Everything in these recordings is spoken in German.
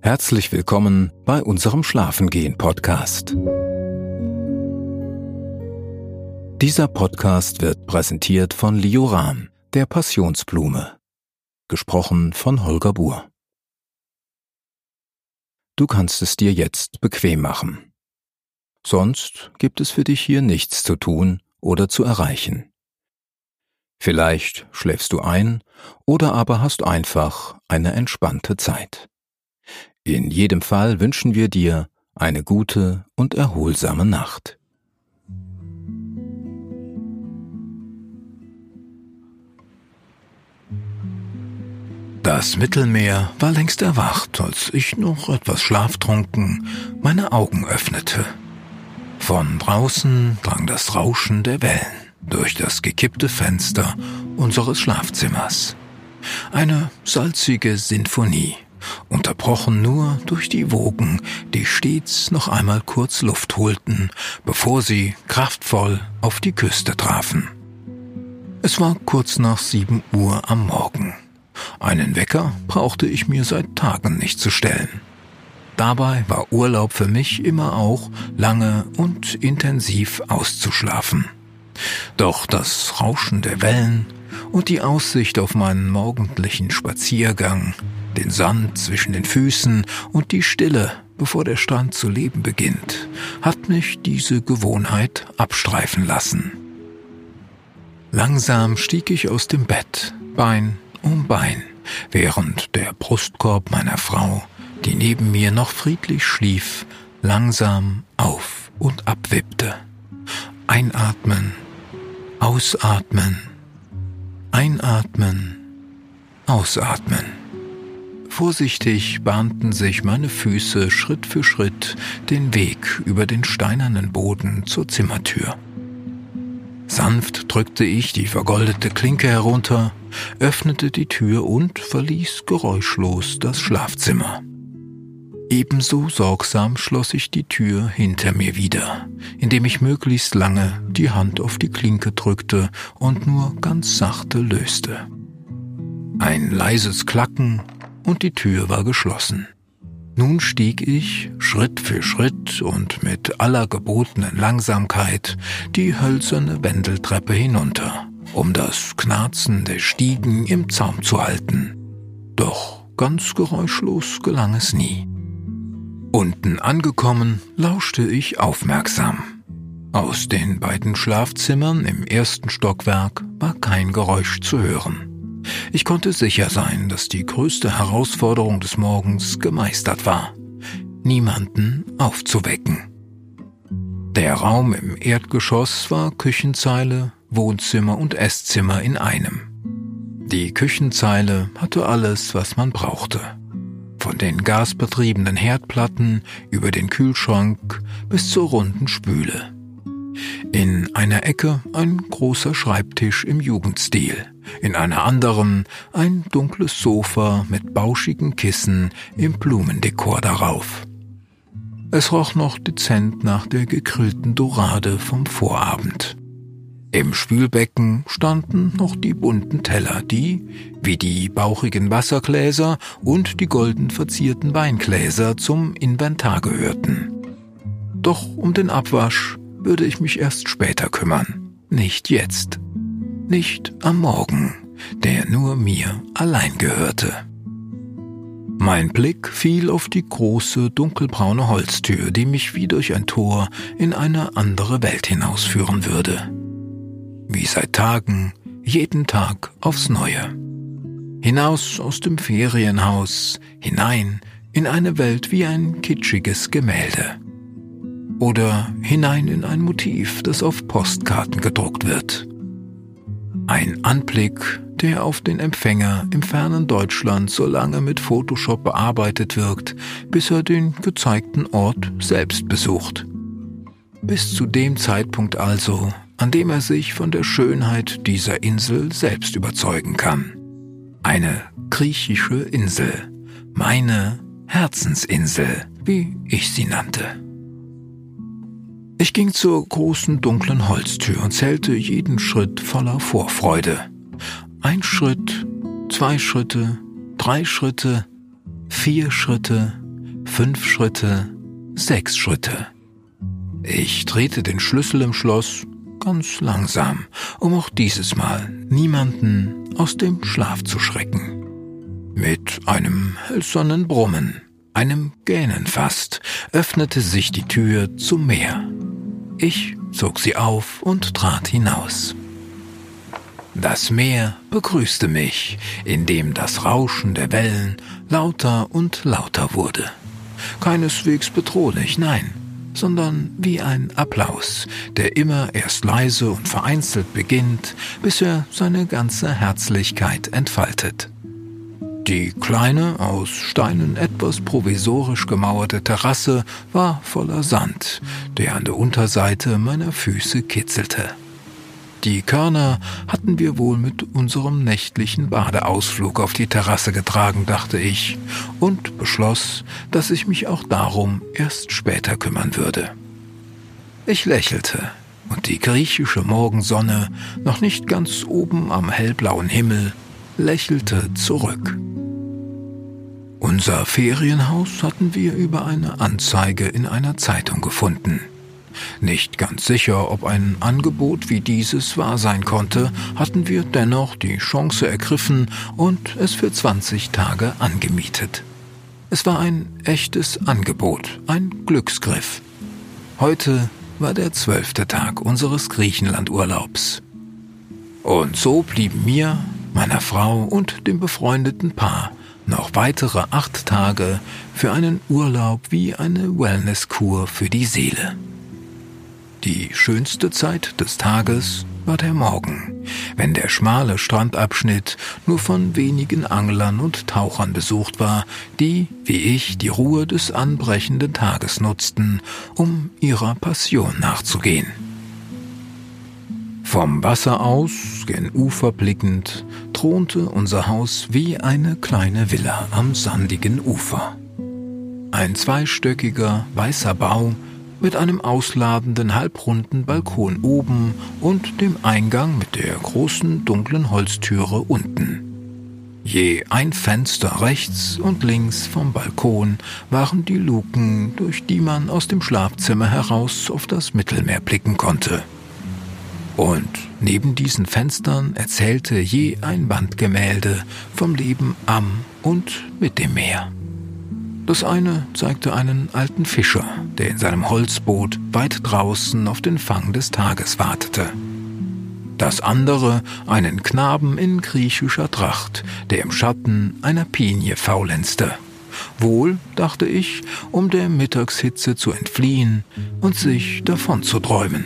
Herzlich willkommen bei unserem Schlafengehen-Podcast. Dieser Podcast wird präsentiert von Lioram, der Passionsblume. Gesprochen von Holger Buhr. Du kannst es dir jetzt bequem machen. Sonst gibt es für dich hier nichts zu tun oder zu erreichen. Vielleicht schläfst du ein oder aber hast einfach eine entspannte Zeit. In jedem Fall wünschen wir dir eine gute und erholsame Nacht. Das Mittelmeer war längst erwacht, als ich noch etwas schlaftrunken meine Augen öffnete. Von draußen drang das Rauschen der Wellen durch das gekippte Fenster unseres Schlafzimmers. Eine salzige Sinfonie, unterbrochen nur durch die Wogen, die stets noch einmal kurz Luft holten, bevor sie kraftvoll auf die Küste trafen. Es war kurz nach 7 Uhr am Morgen. Einen Wecker brauchte ich mir seit Tagen nicht zu stellen. Dabei war Urlaub für mich immer auch, lange und intensiv auszuschlafen. Doch das Rauschen der Wellen und die Aussicht auf meinen morgendlichen Spaziergang, den Sand zwischen den Füßen und die Stille, bevor der Strand zu leben beginnt, hat mich diese Gewohnheit abstreifen lassen. Langsam stieg ich aus dem Bett, Bein um Bein, während der Brustkorb meiner Frau, die neben mir noch friedlich schlief, langsam auf und abwippte. Einatmen, ausatmen, einatmen, ausatmen. Vorsichtig bahnten sich meine Füße Schritt für Schritt den Weg über den steinernen Boden zur Zimmertür. Sanft drückte ich die vergoldete Klinke herunter, öffnete die Tür und verließ geräuschlos das Schlafzimmer. Ebenso sorgsam schloss ich die Tür hinter mir wieder, indem ich möglichst lange die Hand auf die Klinke drückte und nur ganz sachte löste. Ein leises Klacken und die Tür war geschlossen. Nun stieg ich Schritt für Schritt und mit aller gebotenen Langsamkeit die hölzerne Wendeltreppe hinunter, um das Knarzen der Stiegen im Zaum zu halten. Doch ganz geräuschlos gelang es nie. Unten angekommen, lauschte ich aufmerksam. Aus den beiden Schlafzimmern im ersten Stockwerk war kein Geräusch zu hören. Ich konnte sicher sein, dass die größte Herausforderung des Morgens gemeistert war: niemanden aufzuwecken. Der Raum im Erdgeschoss war Küchenzeile, Wohnzimmer und Esszimmer in einem. Die Küchenzeile hatte alles, was man brauchte. Von den gasbetriebenen Herdplatten über den Kühlschrank bis zur runden Spüle. In einer Ecke ein großer Schreibtisch im Jugendstil, in einer anderen ein dunkles Sofa mit bauschigen Kissen im Blumendekor darauf. Es roch noch dezent nach der gegrillten Dorade vom Vorabend. Im Spülbecken standen noch die bunten Teller, die, wie die bauchigen Wassergläser und die golden verzierten Weingläser, zum Inventar gehörten. Doch um den Abwasch würde ich mich erst später kümmern, nicht jetzt, nicht am Morgen, der nur mir allein gehörte. Mein Blick fiel auf die große, dunkelbraune Holztür, die mich wie durch ein Tor in eine andere Welt hinausführen würde. Wie seit Tagen, jeden Tag aufs Neue. Hinaus aus dem Ferienhaus, hinein in eine Welt wie ein kitschiges Gemälde. Oder hinein in ein Motiv, das auf Postkarten gedruckt wird. Ein Anblick, der auf den Empfänger im fernen Deutschland so lange mit Photoshop bearbeitet wirkt, bis er den gezeigten Ort selbst besucht. Bis zu dem Zeitpunkt also, an dem er sich von der Schönheit dieser Insel selbst überzeugen kann. Eine griechische Insel, meine Herzensinsel, wie ich sie nannte. Ich ging zur großen dunklen Holztür und zählte jeden Schritt voller Vorfreude. 1 Schritt, 2 Schritte, 3 Schritte, 4 Schritte, 5 Schritte, 6 Schritte. Ich drehte den Schlüssel im Schloss ganz langsam, um auch dieses Mal niemanden aus dem Schlaf zu schrecken. Mit einem hölzernen Brummen, einem Gähnen fast, öffnete sich die Tür zum Meer. Ich zog sie auf und trat hinaus. Das Meer begrüßte mich, indem das Rauschen der Wellen lauter und lauter wurde. Keineswegs bedrohlich, nein, sondern wie ein Applaus, der immer erst leise und vereinzelt beginnt, bis er seine ganze Herzlichkeit entfaltet. Die kleine, aus Steinen etwas provisorisch gemauerte Terrasse war voller Sand, der an der Unterseite meiner Füße kitzelte. Die Körner hatten wir wohl mit unserem nächtlichen Badeausflug auf die Terrasse getragen, dachte ich, und beschloss, dass ich mich auch darum erst später kümmern würde. Ich lächelte, und die griechische Morgensonne, noch nicht ganz oben am hellblauen Himmel, lächelte zurück. Unser Ferienhaus hatten wir über eine Anzeige in einer Zeitung gefunden. Nicht ganz sicher, ob ein Angebot wie dieses wahr sein konnte, hatten wir dennoch die Chance ergriffen und es für 20 Tage angemietet. Es war ein echtes Angebot, ein Glücksgriff. Heute war der 12. Tag unseres Griechenlandurlaubs. Und so blieben mir, meiner Frau und dem befreundeten Paar noch weitere 8 Tage für einen Urlaub wie eine Wellnesskur für die Seele. Die schönste Zeit des Tages war der Morgen, wenn der schmale Strandabschnitt nur von wenigen Anglern und Tauchern besucht war, die, wie ich, die Ruhe des anbrechenden Tages nutzten, um ihrer Passion nachzugehen. Vom Wasser aus, gen Ufer blickend, thronte unser Haus wie eine kleine Villa am sandigen Ufer. Ein zweistöckiger, weißer Bau mit einem ausladenden, halbrunden Balkon oben und dem Eingang mit der großen, dunklen Holztüre unten. Je ein Fenster rechts und links vom Balkon waren die Luken, durch die man aus dem Schlafzimmer heraus auf das Mittelmeer blicken konnte. Und neben diesen Fenstern erzählte je ein Wandgemälde vom Leben am und mit dem Meer. Das eine zeigte einen alten Fischer, der in seinem Holzboot weit draußen auf den Fang des Tages wartete. Das andere einen Knaben in griechischer Tracht, der im Schatten einer Pinie faulenzte. Wohl, dachte ich, um der Mittagshitze zu entfliehen und sich davon zu träumen.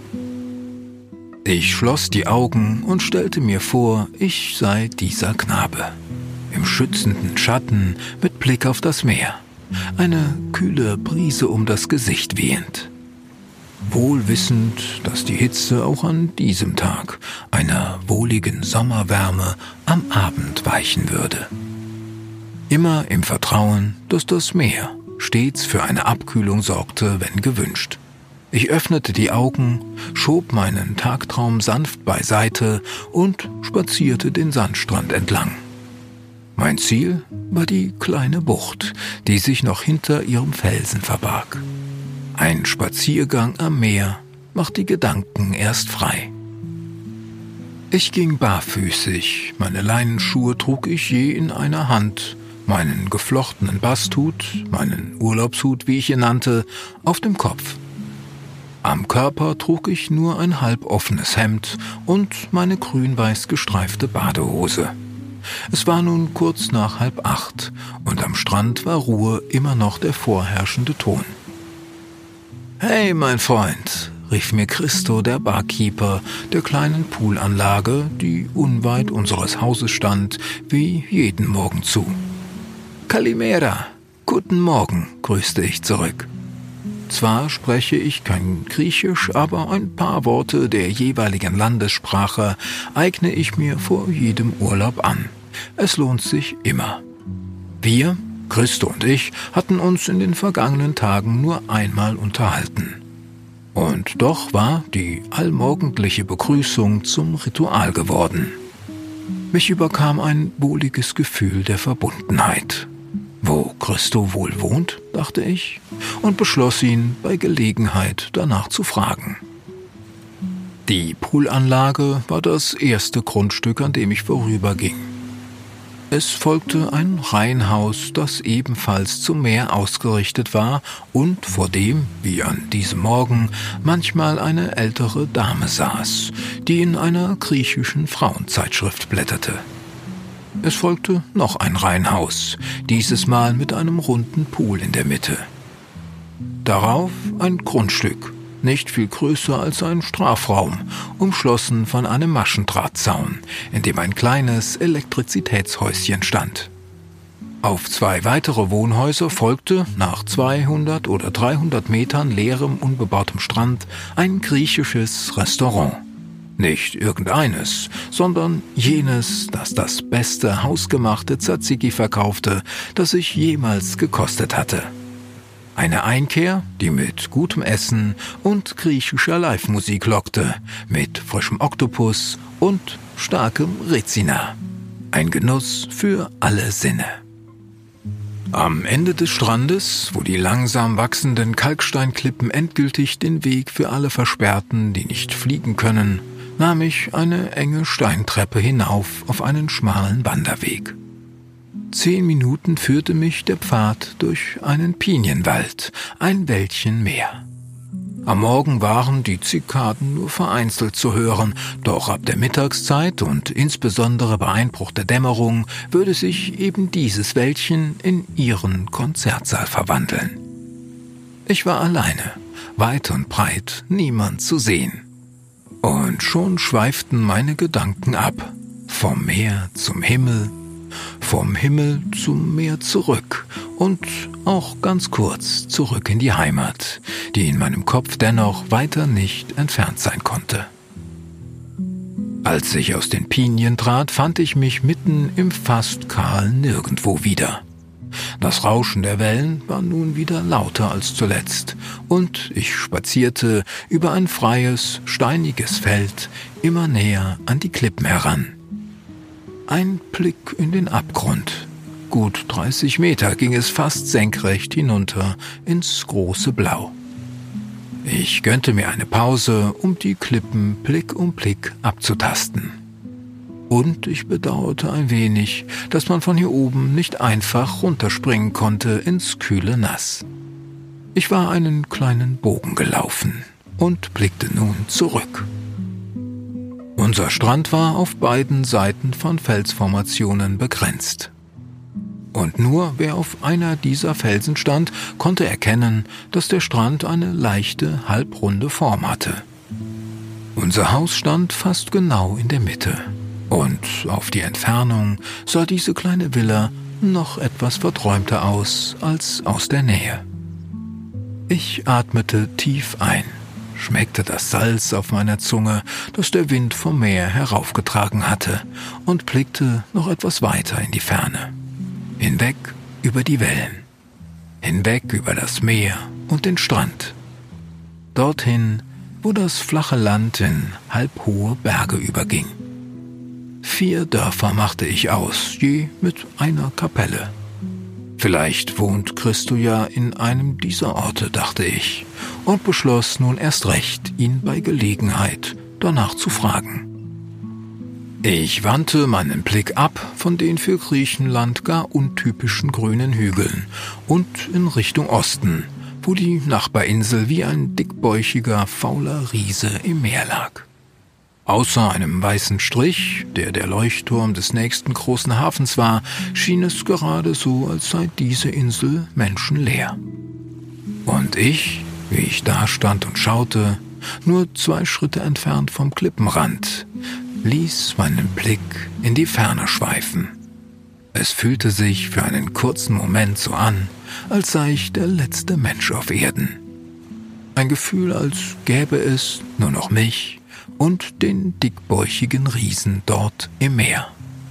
Ich schloss die Augen und stellte mir vor, ich sei dieser Knabe. Im schützenden Schatten mit Blick auf das Meer, eine kühle Brise um das Gesicht wehend. Wohl wissend, dass die Hitze auch an diesem Tag einer wohligen Sommerwärme am Abend weichen würde. Immer im Vertrauen, dass das Meer stets für eine Abkühlung sorgte, wenn gewünscht. Ich öffnete die Augen, schob meinen Tagtraum sanft beiseite und spazierte den Sandstrand entlang. Mein Ziel war die kleine Bucht, die sich noch hinter ihrem Felsen verbarg. Ein Spaziergang am Meer macht die Gedanken erst frei. Ich ging barfüßig, meine Leinenschuhe trug ich je in einer Hand, meinen geflochtenen Basthut, meinen Urlaubshut, wie ich ihn nannte, auf dem Kopf. Am Körper trug ich nur ein halboffenes Hemd und meine grün-weiß gestreifte Badehose. Es war nun kurz nach 7:30 und am Strand war Ruhe immer noch der vorherrschende Ton. »Hey, mein Freund«, rief mir Christo, der Barkeeper der kleinen Poolanlage, die unweit unseres Hauses stand, wie jeden Morgen zu. »Kalimera, guten Morgen«, grüßte ich zurück. Zwar spreche ich kein Griechisch, aber ein paar Worte der jeweiligen Landessprache eigne ich mir vor jedem Urlaub an. Es lohnt sich immer. Wir, Christo und ich, hatten uns in den vergangenen Tagen nur einmal unterhalten. Und doch war die allmorgendliche Begrüßung zum Ritual geworden. Mich überkam ein wohliges Gefühl der Verbundenheit. Wo Christo wohl wohnt, dachte ich, und beschloss ihn bei Gelegenheit danach zu fragen. Die Poolanlage war das erste Grundstück, an dem ich vorüberging. Es folgte ein Reihenhaus, das ebenfalls zum Meer ausgerichtet war und vor dem, wie an diesem Morgen, manchmal eine ältere Dame saß, die in einer griechischen Frauenzeitschrift blätterte. Es folgte noch ein Reihenhaus, dieses Mal mit einem runden Pool in der Mitte. Darauf ein Grundstück, nicht viel größer als ein Strafraum, umschlossen von einem Maschendrahtzaun, in dem ein kleines Elektrizitätshäuschen stand. Auf 2 weitere Wohnhäuser folgte, nach 200 oder 300 Metern leerem, unbebautem Strand, ein griechisches Restaurant. Nicht irgendeines, sondern jenes, das das beste hausgemachte Tzatziki verkaufte, das ich jemals gekostet hatte. Eine Einkehr, die mit gutem Essen und griechischer Live-Musik lockte, mit frischem Oktopus und starkem Rezina. Ein Genuss für alle Sinne. Am Ende des Strandes, wo die langsam wachsenden Kalksteinklippen endgültig den Weg für alle versperrten, die nicht fliegen können, nahm ich eine enge Steintreppe hinauf auf einen schmalen Wanderweg. 10 Minuten führte mich der Pfad durch einen Pinienwald, ein Wäldchen mehr. Am Morgen waren die Zikaden nur vereinzelt zu hören, doch ab der Mittagszeit und insbesondere bei Einbruch der Dämmerung würde sich eben dieses Wäldchen in ihren Konzertsaal verwandeln. Ich war alleine, weit und breit niemand zu sehen. Und schon schweiften meine Gedanken ab, vom Meer zum Himmel, vom Himmel zum Meer zurück und auch ganz kurz zurück in die Heimat, die in meinem Kopf dennoch weiter nicht entfernt sein konnte. Als ich aus den Pinien trat, fand ich mich mitten im fast kahlen Nirgendwo wieder. Das Rauschen der Wellen war nun wieder lauter als zuletzt, und ich spazierte über ein freies, steiniges Feld immer näher an die Klippen heran. Ein Blick in den Abgrund. Gut 30 Meter ging es fast senkrecht hinunter ins große Blau. Ich gönnte mir eine Pause, um die Klippen Blick um Blick abzutasten. Und ich bedauerte ein wenig, dass man von hier oben nicht einfach runterspringen konnte ins kühle Nass. Ich war einen kleinen Bogen gelaufen und blickte nun zurück. Unser Strand war auf beiden Seiten von Felsformationen begrenzt. Und nur wer auf einer dieser Felsen stand, konnte erkennen, dass der Strand eine leichte, halbrunde Form hatte. Unser Haus stand fast genau in der Mitte. Und auf die Entfernung sah diese kleine Villa noch etwas verträumter aus als aus der Nähe. Ich atmete tief ein, schmeckte das Salz auf meiner Zunge, das der Wind vom Meer heraufgetragen hatte, und blickte noch etwas weiter in die Ferne. Hinweg über die Wellen, hinweg über das Meer und den Strand. Dorthin, wo das flache Land in halbhohe Berge überging. 4 Dörfer machte ich aus, je mit einer Kapelle. Vielleicht wohnt Christo ja in einem dieser Orte, dachte ich, und beschloss nun erst recht, ihn bei Gelegenheit danach zu fragen. Ich wandte meinen Blick ab von den für Griechenland gar untypischen grünen Hügeln und in Richtung Osten, wo die Nachbarinsel wie ein dickbäuchiger, fauler Riese im Meer lag. Außer einem weißen Strich, der Leuchtturm des nächsten großen Hafens war, schien es gerade so, als sei diese Insel menschenleer. Und ich, wie ich da stand und schaute, nur 2 Schritte entfernt vom Klippenrand, ließ meinen Blick in die Ferne schweifen. Es fühlte sich für einen kurzen Moment so an, als sei ich der letzte Mensch auf Erden. Ein Gefühl, als gäbe es nur noch mich und den dickbäuchigen Riesen dort im Meer.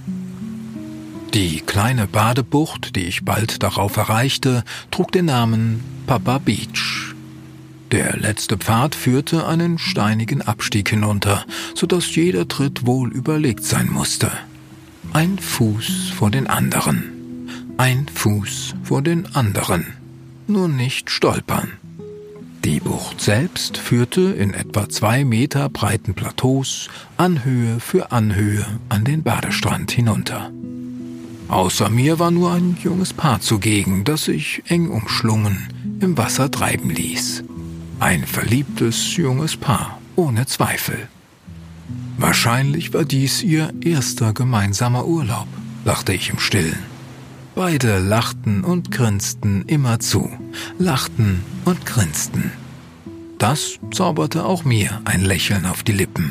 Die kleine Badebucht, die ich bald darauf erreichte, trug den Namen Papa Beach. Der letzte Pfad führte einen steinigen Abstieg hinunter, sodass jeder Tritt wohl überlegt sein musste. Ein Fuß vor den anderen. Ein Fuß vor den anderen, nur nicht stolpern. Die Bucht selbst führte in etwa 2 Meter breiten Plateaus Anhöhe für Anhöhe an den Badestrand hinunter. Außer mir war nur ein junges Paar zugegen, das sich eng umschlungen im Wasser treiben ließ. Ein verliebtes junges Paar, ohne Zweifel. Wahrscheinlich war dies ihr erster gemeinsamer Urlaub, dachte ich im Stillen. Beide lachten und grinsten immerzu, lachten und grinsten. Das zauberte auch mir ein Lächeln auf die Lippen.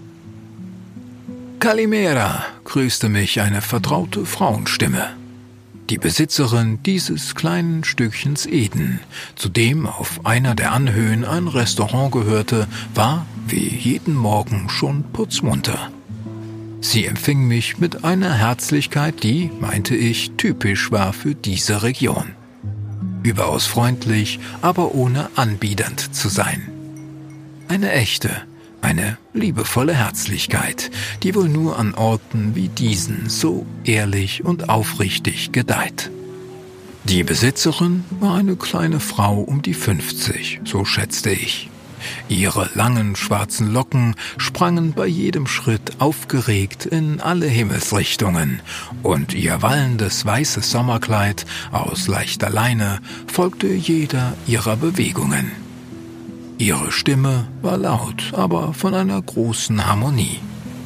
Kalimera, grüßte mich eine vertraute Frauenstimme. Die Besitzerin dieses kleinen Stückchens Eden, zu dem auf einer der Anhöhen ein Restaurant gehörte, war wie jeden Morgen schon putzmunter. Sie empfing mich mit einer Herzlichkeit, die, meinte ich, typisch war für diese Region. Überaus freundlich, aber ohne anbiedernd zu sein. Eine echte, eine liebevolle Herzlichkeit, die wohl nur an Orten wie diesen so ehrlich und aufrichtig gedeiht. Die Besitzerin war eine kleine Frau um die 50, so schätzte ich. Ihre langen schwarzen Locken sprangen bei jedem Schritt aufgeregt in alle Himmelsrichtungen, und ihr wallendes weißes Sommerkleid aus leichter Leine folgte jeder ihrer Bewegungen. Ihre Stimme war laut, aber von einer großen Harmonie.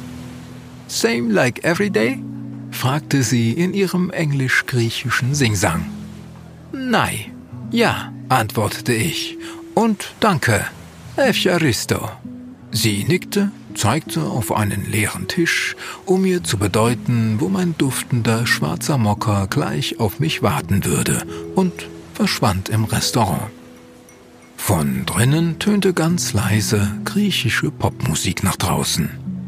»Same like every day?« fragte sie in ihrem englisch-griechischen Singsang. »Nein, ja«, antwortete ich, »und danke, Evcharisto.« Sie nickte, zeigte auf einen leeren Tisch, um mir zu bedeuten, wo mein duftender schwarzer Mokka gleich auf mich warten würde, und verschwand im Restaurant. Von drinnen tönte ganz leise griechische Popmusik nach draußen.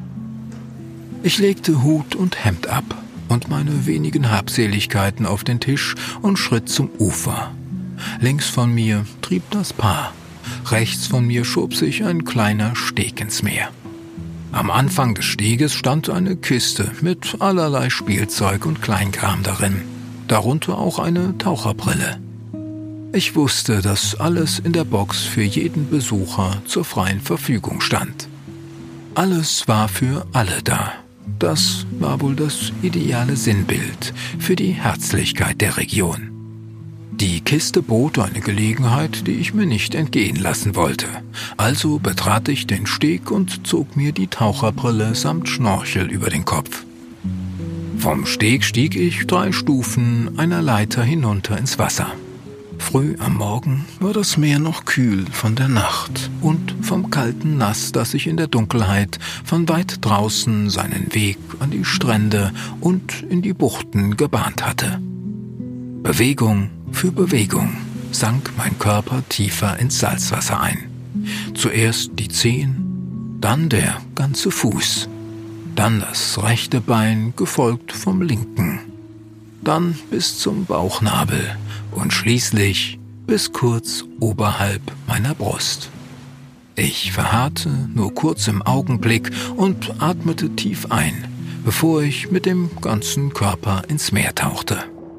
Ich legte Hut und Hemd ab und meine wenigen Habseligkeiten auf den Tisch und schritt zum Ufer. Links von mir trieb das Paar, rechts von mir schob sich ein kleiner Steg ins Meer. Am Anfang des Steges stand eine Kiste mit allerlei Spielzeug und Kleinkram darin, darunter auch eine Taucherbrille. Ich wusste, dass alles in der Box für jeden Besucher zur freien Verfügung stand. Alles war für alle da. Das war wohl das ideale Sinnbild für die Herzlichkeit der Region. Die Kiste bot eine Gelegenheit, die ich mir nicht entgehen lassen wollte. Also betrat ich den Steg und zog mir die Taucherbrille samt Schnorchel über den Kopf. Vom Steg stieg ich 3 Stufen einer Leiter hinunter ins Wasser. Früh am Morgen war das Meer noch kühl von der Nacht und vom kalten Nass, das sich in der Dunkelheit von weit draußen seinen Weg an die Strände und in die Buchten gebahnt hatte. Bewegung für Bewegung sank mein Körper tiefer ins Salzwasser ein. Zuerst die Zehen, dann der ganze Fuß, dann das rechte Bein, gefolgt vom linken, dann bis zum Bauchnabel und schließlich bis kurz oberhalb meiner Brust. Ich verharrte nur kurz im Augenblick und atmete tief ein, bevor ich mit dem ganzen Körper ins Meer tauchte.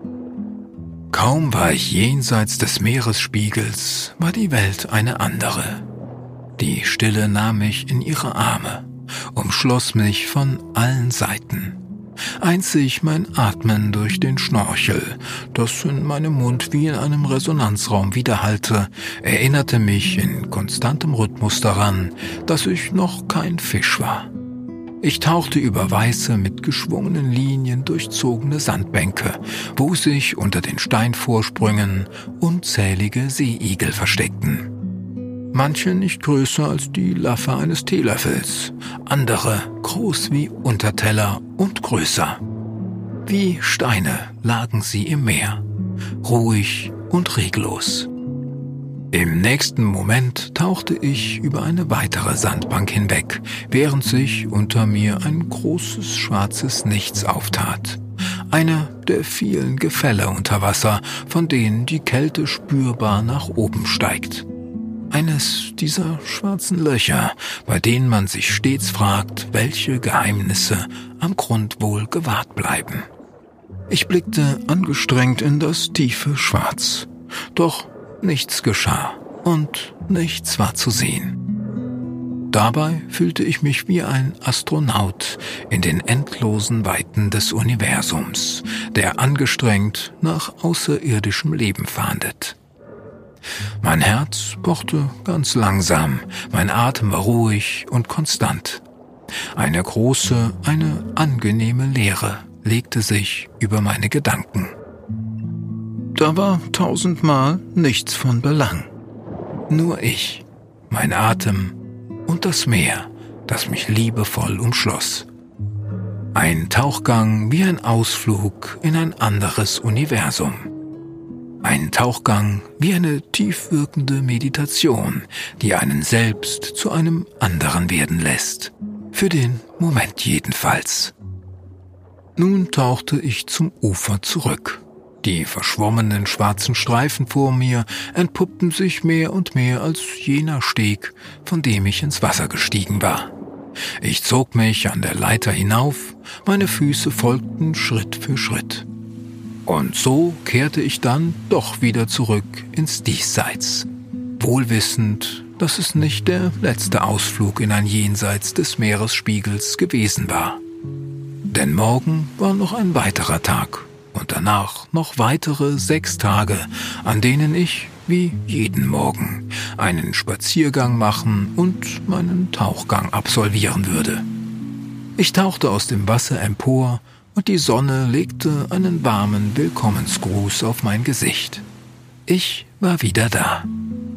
Kaum war ich jenseits des Meeresspiegels, war die Welt eine andere. Die Stille nahm mich in ihre Arme, umschloss mich von allen Seiten. Einzig mein Atmen durch den Schnorchel, das in meinem Mund wie in einem Resonanzraum widerhallte, erinnerte mich in konstantem Rhythmus daran, dass ich noch kein Fisch war. Ich tauchte über weiße, mit geschwungenen Linien durchzogene Sandbänke, wo sich unter den Steinvorsprüngen unzählige Seeigel versteckten. Manche nicht größer als die Laffe eines Teelöffels, andere groß wie Unterteller und größer. Wie Steine lagen sie im Meer, ruhig und reglos. Im nächsten Moment tauchte ich über eine weitere Sandbank hinweg, während sich unter mir ein großes schwarzes Nichts auftat. Eine der vielen Gefälle unter Wasser, von denen die Kälte spürbar nach oben steigt. Eines dieser schwarzen Löcher, bei denen man sich stets fragt, welche Geheimnisse am Grund wohl gewahrt bleiben. Ich blickte angestrengt in das tiefe Schwarz. Doch nichts geschah und nichts war zu sehen. Dabei fühlte ich mich wie ein Astronaut in den endlosen Weiten des Universums, der angestrengt nach außerirdischem Leben fahndet. Mein Herz pochte ganz langsam, mein Atem war ruhig und konstant. Eine große, eine angenehme Leere legte sich über meine Gedanken. Da war 1000-mal nichts von Belang. Nur ich, mein Atem und das Meer, das mich liebevoll umschloss. Ein Tauchgang wie ein Ausflug in ein anderes Universum. Ein Tauchgang wie eine tiefwirkende Meditation, die einen selbst zu einem anderen werden lässt. Für den Moment jedenfalls. Nun tauchte ich zum Ufer zurück. Die verschwommenen schwarzen Streifen vor mir entpuppten sich mehr und mehr als jener Steg, von dem ich ins Wasser gestiegen war. Ich zog mich an der Leiter hinauf, meine Füße folgten Schritt für Schritt. Und so kehrte ich dann doch wieder zurück ins Diesseits, wohlwissend, dass es nicht der letzte Ausflug in ein Jenseits des Meeresspiegels gewesen war. Denn morgen war noch ein weiterer Tag und danach noch weitere 6 Tage, an denen ich, wie jeden Morgen, einen Spaziergang machen und meinen Tauchgang absolvieren würde. Ich tauchte aus dem Wasser empor und die Sonne legte einen warmen Willkommensgruß auf mein Gesicht. Ich war wieder da.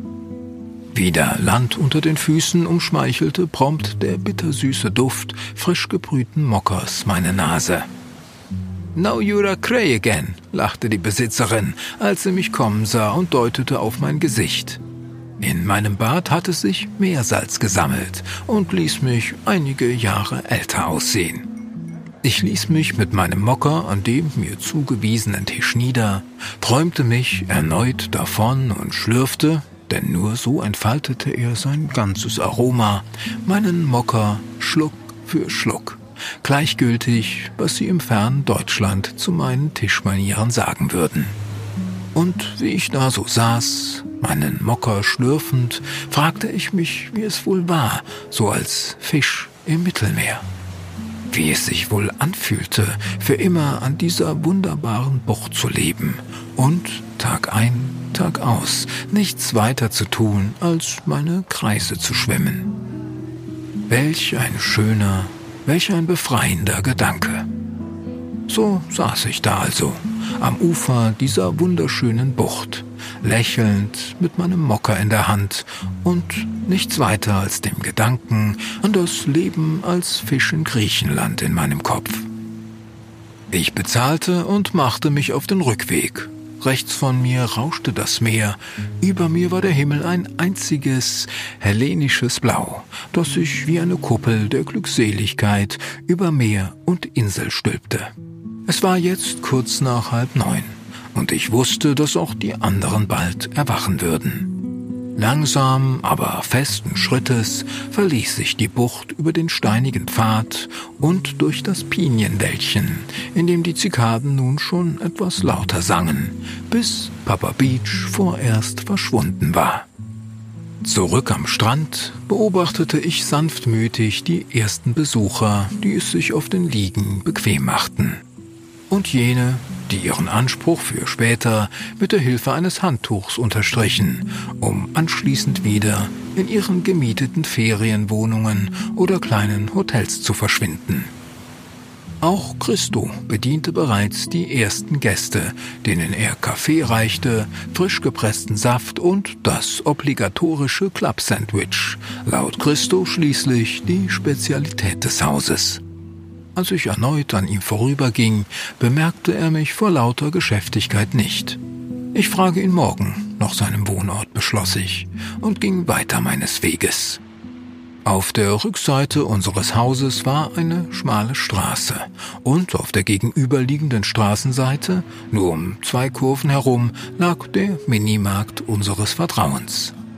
Wieder Land unter den Füßen umschmeichelte prompt der bittersüße Duft frisch gebrühten Mockers meine Nase. »Now you're a cray again«, lachte die Besitzerin, als sie mich kommen sah und deutete auf mein Gesicht. In meinem Bart hatte sich Meersalz gesammelt und ließ mich einige Jahre älter aussehen. Ich ließ mich mit meinem Mocker an dem mir zugewiesenen Tisch nieder, träumte mich erneut davon und schlürfte, denn nur so entfaltete er sein ganzes Aroma, meinen Mocker Schluck für Schluck, gleichgültig, was sie im fernen Deutschland zu meinen Tischmanieren sagen würden. Und wie ich da so saß, meinen Mocker schlürfend, fragte ich mich, wie es wohl war, so als Fisch im Mittelmeer. Wie es sich wohl anfühlte, für immer an dieser wunderbaren Bucht zu leben und Tag ein, Tag aus nichts weiter zu tun, als meine Kreise zu schwimmen. Welch ein schöner, welch ein befreiender Gedanke. So saß ich da also, am Ufer dieser wunderschönen Bucht, lächelnd mit meinem Mocker in der Hand und nichts weiter als dem Gedanken an das Leben als Fisch in Griechenland in meinem Kopf. Ich bezahlte und machte mich auf den Rückweg. Rechts von mir rauschte das Meer, über mir war der Himmel ein einziges hellenisches Blau, das sich wie eine Kuppel der Glückseligkeit über Meer und Insel stülpte. Es war jetzt kurz nach 8:30 und ich wusste, dass auch die anderen bald erwachen würden. Langsam, aber festen Schrittes verließ ich die Bucht über den steinigen Pfad und durch das Pinienwäldchen, in dem die Zikaden nun schon etwas lauter sangen, bis Papa Beach vorerst verschwunden war. Zurück am Strand beobachtete ich sanftmütig die ersten Besucher, die es sich auf den Liegen bequem machten. Und jene, die ihren Anspruch für später mit der Hilfe eines Handtuchs unterstrichen, um anschließend wieder in ihren gemieteten Ferienwohnungen oder kleinen Hotels zu verschwinden. Auch Christo bediente bereits die ersten Gäste, denen er Kaffee reichte, frisch gepressten Saft und das obligatorische Club-Sandwich, laut Christo schließlich die Spezialität des Hauses. Als ich erneut an ihm vorüberging, bemerkte er mich vor lauter Geschäftigkeit nicht. Ich frage ihn morgen nach seinem Wohnort, beschloss ich, und ging weiter meines Weges. Auf der Rückseite unseres Hauses war eine schmale Straße und auf der gegenüberliegenden Straßenseite, nur um 2 Kurven herum, lag der Minimarkt unseres Vertrauens.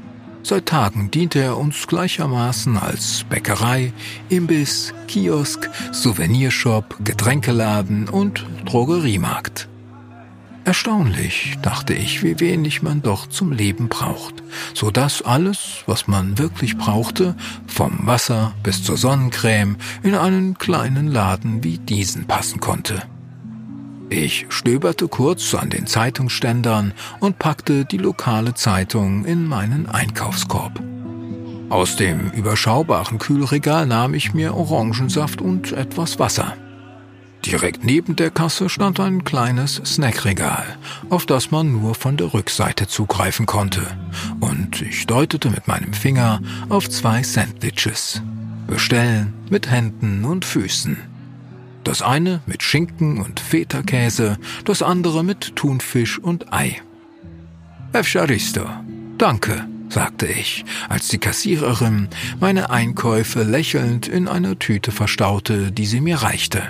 Seit Tagen diente er uns gleichermaßen als Bäckerei, Imbiss, Kiosk, Souvenirshop, Getränkeladen und Drogeriemarkt. Erstaunlich, dachte ich, wie wenig man doch zum Leben braucht, so dass alles, was man wirklich brauchte, vom Wasser bis zur Sonnencreme, in einen kleinen Laden wie diesen passen konnte. Ich stöberte kurz an den Zeitungsständern und packte die lokale Zeitung in meinen Einkaufskorb. Aus dem überschaubaren Kühlregal nahm ich mir Orangensaft und etwas Wasser. Direkt neben der Kasse stand ein kleines Snackregal, auf das man nur von der Rückseite zugreifen konnte, und ich deutete mit meinem Finger auf 2 Sandwiches. Bestellen mit Händen und Füßen. Das eine mit Schinken und Feta-Käse, das andere mit Thunfisch und Ei. Evcharisto, danke, sagte ich, als die Kassiererin meine Einkäufe lächelnd in einer Tüte verstaute, die sie mir reichte.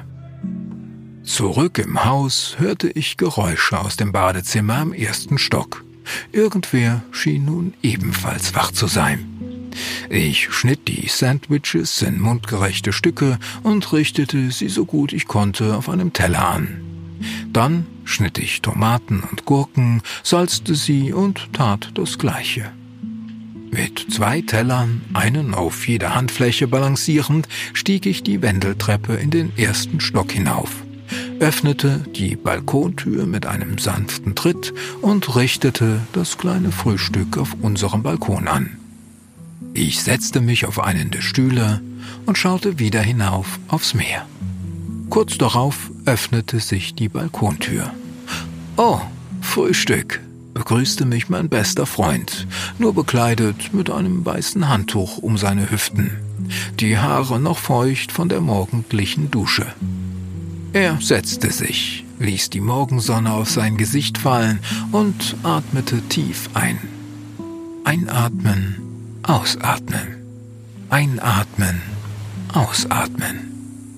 Zurück im Haus hörte ich Geräusche aus dem Badezimmer im 1. Stock. Irgendwer schien nun ebenfalls wach zu sein. Ich schnitt die Sandwiches in mundgerechte Stücke und richtete sie so gut ich konnte auf einem Teller an. Dann schnitt ich Tomaten und Gurken, salzte sie und tat das Gleiche. Mit 2 Tellern, einen auf jeder Handfläche balancierend, stieg ich die Wendeltreppe in den 1. Stock hinauf, öffnete die Balkontür mit einem sanften Tritt und richtete das kleine Frühstück auf unserem Balkon an. Ich setzte mich auf einen der Stühle und schaute wieder hinauf aufs Meer. Kurz darauf öffnete sich die Balkontür. »Oh, Frühstück«, begrüßte mich mein bester Freund, nur bekleidet mit einem weißen Handtuch um seine Hüften, die Haare noch feucht von der morgendlichen Dusche. Er setzte sich, ließ die Morgensonne auf sein Gesicht fallen und atmete tief ein. Einatmen, ausatmen. Einatmen, ausatmen.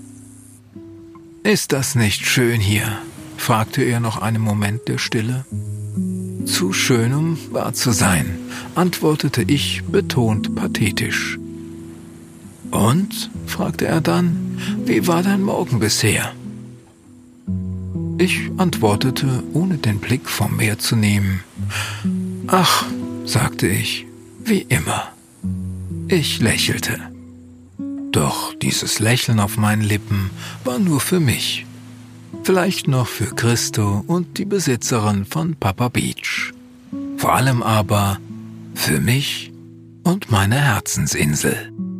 »Ist das nicht schön hier?« fragte er nach einem Moment der Stille. »Zu schön, um wahr zu sein«, antwortete ich betont pathetisch. »Und?«, fragte er dann, »wie war dein Morgen bisher?« Ich antwortete, ohne den Blick vom Meer zu nehmen. »Ach«, sagte ich, »wie immer.« Ich lächelte. Doch dieses Lächeln auf meinen Lippen war nur für mich. Vielleicht noch für Christo und die Besitzerin von Papa Beach. Vor allem aber für mich und meine Herzensinsel.